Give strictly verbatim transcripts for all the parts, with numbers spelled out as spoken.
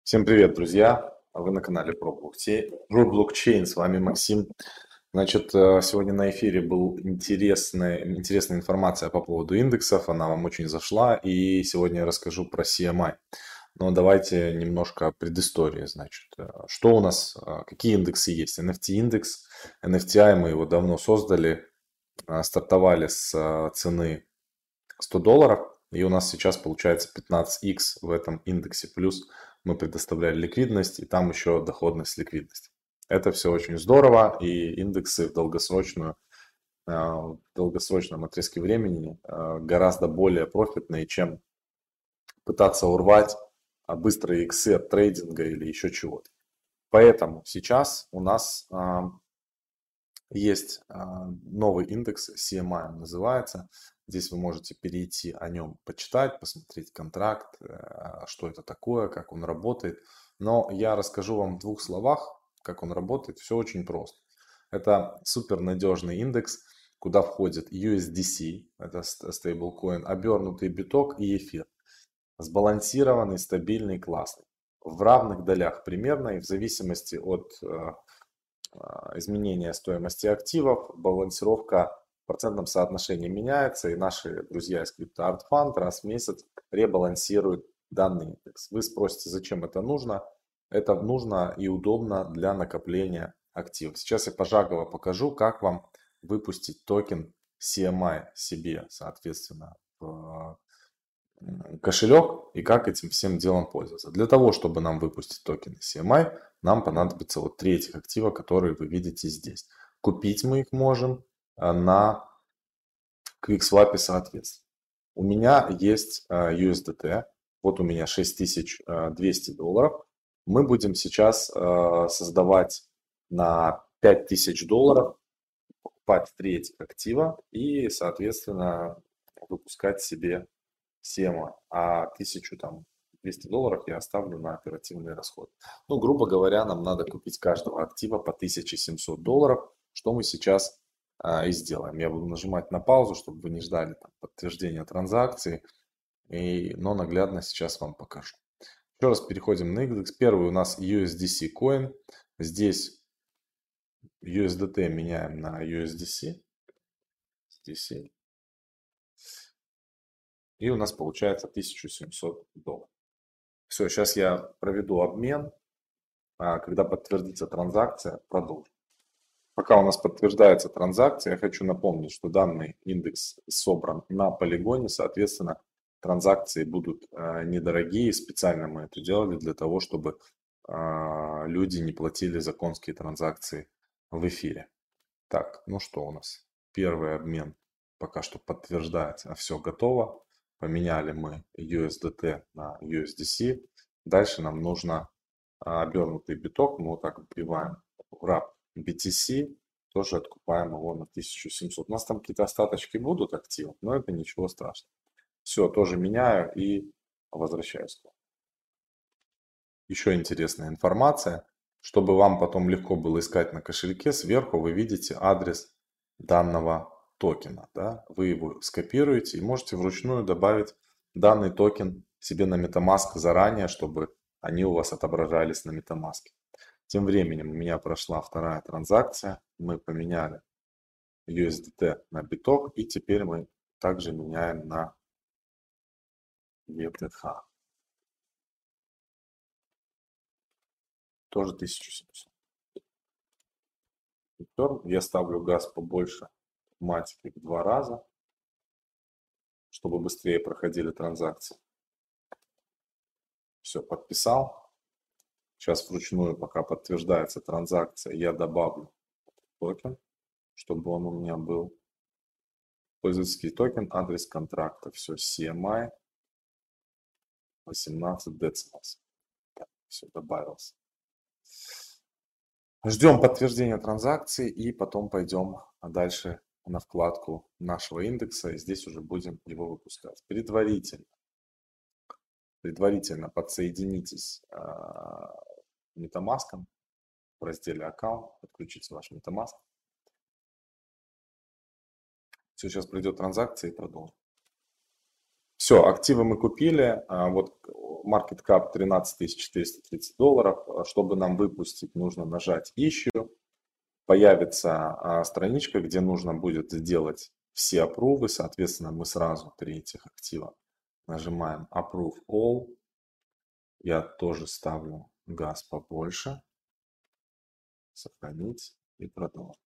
Всем привет, друзья! Вы на канале про блокчейн. Про блокчейн. С вами Максим. Значит, э, сегодня на эфире был интересная, интересная информация по поводу индексов. Она вам очень зашла. И сегодня я расскажу про си эм ай. Но давайте немножко предыстории. Значит, э, что у нас, э, какие индексы есть? эн эф ти индекс. эн эф ти ай мы его давно создали. э, Стартовали с э, цены сто долларов. И у нас сейчас получается пятнадцать икс в этом индексе. Плюс мы предоставляли ликвидность и там еще доходность ликвидности. Это все очень здорово. И индексы в долгосрочную, э, в долгосрочном отрезке времени э, гораздо более профитные, чем пытаться урвать а, быстрые иксы от трейдинга или еще чего-то. Поэтому сейчас у нас а, есть а, новый индекс, си эм ай он называется. Здесь вы можете перейти о нем, почитать, посмотреть контракт, э, что это такое, как он работает. Но я расскажу вам в двух словах, как он работает. Все очень просто. Это супер надежный индекс, куда входит ю эс ди си, это стейблкоин, обернутый биток и эфир. Сбалансированный, стабильный, классный. В равных долях примерно и в зависимости от э, а, изменения стоимости активов, балансировка в процентном соотношении меняется, и наши друзья из CryptoArt Fund раз в месяц ребалансируют данный индекс. Вы спросите, зачем это нужно? Это нужно и удобно для накопления активов. Сейчас я пошагово покажу, как вам выпустить токен си эм ай себе, соответственно, в кошелек и как этим всем делом пользоваться. Для того, чтобы нам выпустить токены си эм ай, нам понадобится вот три этих актива, которые вы видите здесь. Купить мы их можем а, на QuickSwap соответственно. У меня есть а, ю эс ди ти, вот у меня шесть тысяч двести долларов. Мы будем сейчас а, создавать на пять тысяч долларов, покупать три этих актива и, соответственно, выпускать себе си эм ай, а тысячу там двести долларов я оставлю на оперативные расходы. Ну, грубо говоря, нам надо купить каждого актива по тысяче семьсот долларов, что мы сейчас а, и сделаем. Я буду нажимать на паузу, чтобы вы не ждали там, подтверждения транзакции, и, но наглядно сейчас вам покажу. Еще раз переходим на индекс. Первый у нас ю эс ди си coin. Здесь ю эс ди ти меняем на ю эс ди си. Здесь и у нас получается тысяча семьсот долларов. Все, сейчас я проведу обмен. А когда подтвердится транзакция, продолжим. Пока у нас подтверждается транзакция, я хочу напомнить, что данный индекс собран на полигоне, соответственно, транзакции будут э, недорогие. Специально мы это делали для того, чтобы э, люди не платили за конские транзакции в эфире. Так, ну что у нас? Первый обмен пока что подтверждается, а все готово. Поменяли мы ю эс ди ти на ю эс ди си. Дальше нам нужно а, обернутый биток. Мы вот так вбиваем wrap би ти си. Тоже откупаем его на тысячу семьсот. У нас там какие-то остаточки будут активов, но это ничего страшного. Все, тоже меняю и возвращаюсь. Еще интересная информация. Чтобы вам потом легко было искать на кошельке, сверху вы видите адрес данного токена. Да? Вы его скопируете и можете вручную добавить данный токен себе на MetaMask заранее, чтобы они у вас отображались на MetaMask. Тем временем у меня прошла вторая транзакция. Мы поменяли ю эс ди ти на биток и теперь мы также меняем на и ти эйч. Тоже тысяча семьсот. Я ставлю газ побольше матики в два раза, чтобы быстрее проходили транзакции. Все, подписал. Сейчас вручную, пока подтверждается транзакция, я добавлю токен, чтобы он у меня был. Пользовательский токен, адрес контракта, все, си эм ай восемнадцать Decimals. Все, добавился. Ждем подтверждения транзакции и потом пойдем дальше на вкладку нашего индекса и здесь уже будем его выпускать. Предварительно, предварительно подсоединитесь а, MetaMask в разделе аккаунт, подключите ваш MetaMask. Все, сейчас придет транзакция и продолжим. Все. Все, активы мы купили. А, вот market cap тринадцать тысяч четыреста тридцать долларов. А, Чтобы нам выпустить, нужно нажать Issue. Появится а, страничка, где нужно будет сделать все апрувы. Соответственно, мы сразу три этих актива нажимаем Approve All. Я тоже ставлю газ побольше. Сохранить и продолжить.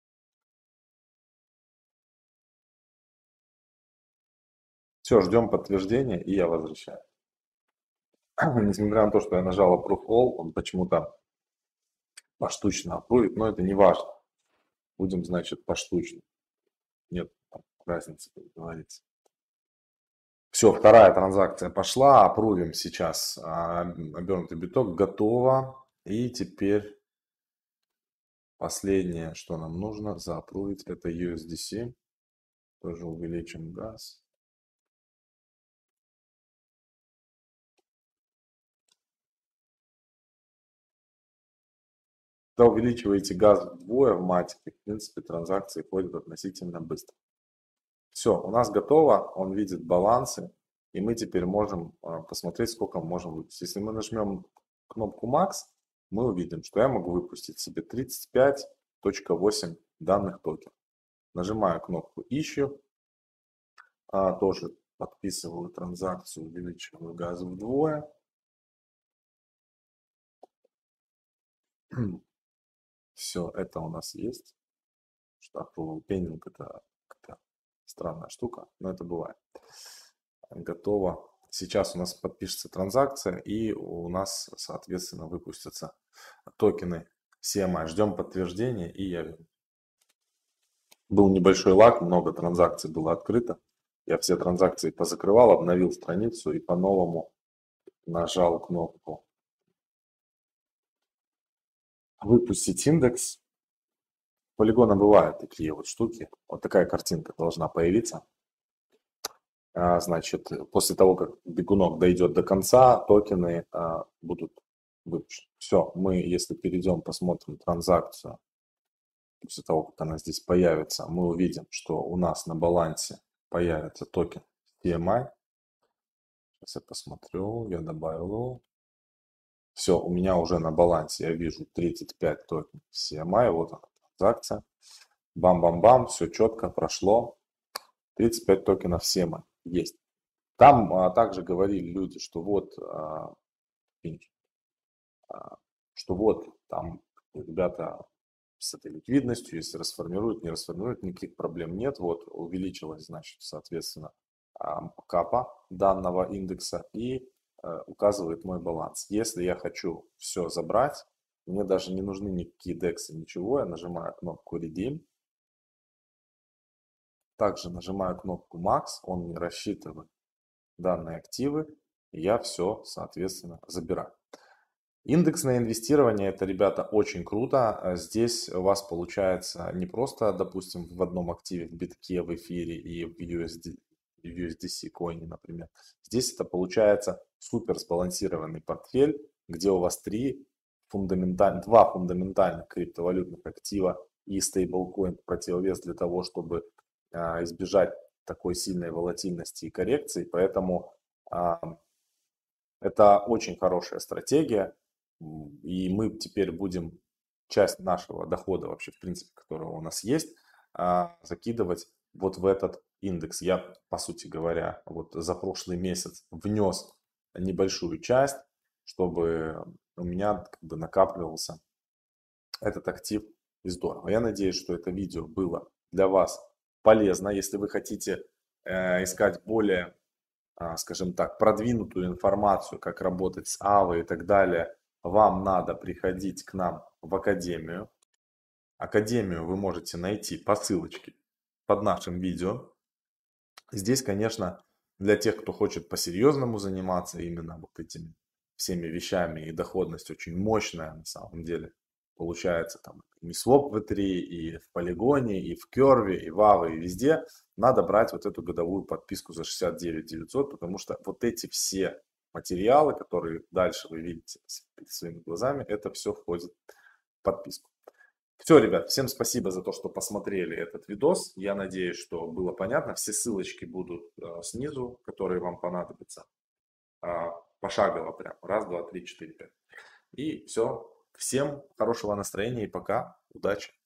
Все, ждем подтверждения, и я возвращаю. Несмотря на то, что я нажал Approve All, он почему-то поштучно аппрувит, но это не важно. Будем, значит, поштучно. Нет там разницы, как говорится. Все, вторая транзакция пошла. Апрувим сейчас а, обернутый биток. Готово. И теперь последнее, что нам нужно заапрувить, это ю эс ди си. Тоже увеличим газ. Когда увеличиваете газ вдвое в матике, в принципе, транзакции ходят относительно быстро. Все, у нас готово, он видит балансы, и мы теперь можем а, посмотреть, сколько мы можем выпустить. Если мы нажмем кнопку Max, мы увидим, что я могу выпустить себе тридцать пять целых восемь данных токенов. Нажимаю кнопку Issue, а, тоже подписываю транзакцию, увеличиваю газ вдвое. Все, это у нас есть. Что пенинг это как-то странная штука, но это бывает. Готово. Сейчас у нас подпишется транзакция, и у нас, соответственно, выпустятся токены си эм ай. Ждем подтверждения, и я... Был небольшой лаг, много транзакций было открыто. Я все транзакции позакрывал, обновил страницу и по-новому нажал кнопку «Выпустить индекс». У Полигона бывают такие вот штуки. Вот такая картинка должна появиться. А, значит, после того, как бегунок дойдет до конца, токены а, будут выпущены. Все, мы, если перейдем, посмотрим транзакцию, после того, как она здесь появится, мы увидим, что у нас на балансе появится токен си эм ай. Сейчас я посмотрю, я добавил его. Все, у меня уже на балансе я вижу тридцать пять токенов си эм ай. Вот она, транзакция. Бам-бам-бам, все четко прошло. тридцать пять токенов си эм ай есть. Там а, также говорили люди, что вот, а, а, что вот там ребята с этой ликвидностью, если расформируют, не расформируют, никаких проблем нет. Вот увеличилась, значит, соответственно, а, капа данного индекса и а, указывает мой баланс. Если я хочу все забрать, мне даже не нужны никакие дексы, ничего. Я нажимаю кнопку Redeem. Также нажимаю кнопку Max, он мне рассчитывает данные активы, и я все, соответственно, забираю. Индексное инвестирование, это, ребята, очень круто. Здесь у вас получается не просто, допустим, в одном активе, в битке, в эфире и в ю эс ди, в ю эс ди си коине, например. Здесь это получается супер сбалансированный портфель, где у вас три фундаментальных, два фундаментальных криптовалютных актива и стейблкоин в противовес для того, чтобы а, избежать такой сильной волатильности и коррекции. Поэтому а, это очень хорошая стратегия. И мы теперь будем часть нашего дохода, вообще, в принципе, которого у нас есть, а, закидывать вот в этот индекс. Я, по сути говоря, вот за прошлый месяц внес небольшую часть, чтобы у меня как бы накапливался этот актив, и здорово. Я надеюсь, что это видео было для вас полезно. Если вы хотите э, искать более, э, скажем так, продвинутую информацию, как работать с эй ви эй и так далее, вам надо приходить к нам в академию. Академию вы можете найти по ссылочке под нашим видео. Здесь, конечно, для тех, кто хочет по-серьезному заниматься именно вот этими всеми вещами, и доходность очень мощная на самом деле. Получается там и своп ви три, и в Полигоне, и в Керве, и в эй ви эй, и везде. Надо брать вот эту годовую подписку за шестьдесят девять тысяч девятьсот, потому что вот эти все материалы, которые дальше вы видите перед своими глазами, это все входит в подписку. Все, ребят, всем спасибо за то, что посмотрели этот видос. Я надеюсь, что было понятно. Все ссылочки будут э, снизу, которые вам понадобятся. А, пошагово прям. Раз, два, три, четыре, пять. И все. Всем хорошего настроения и пока. Удачи.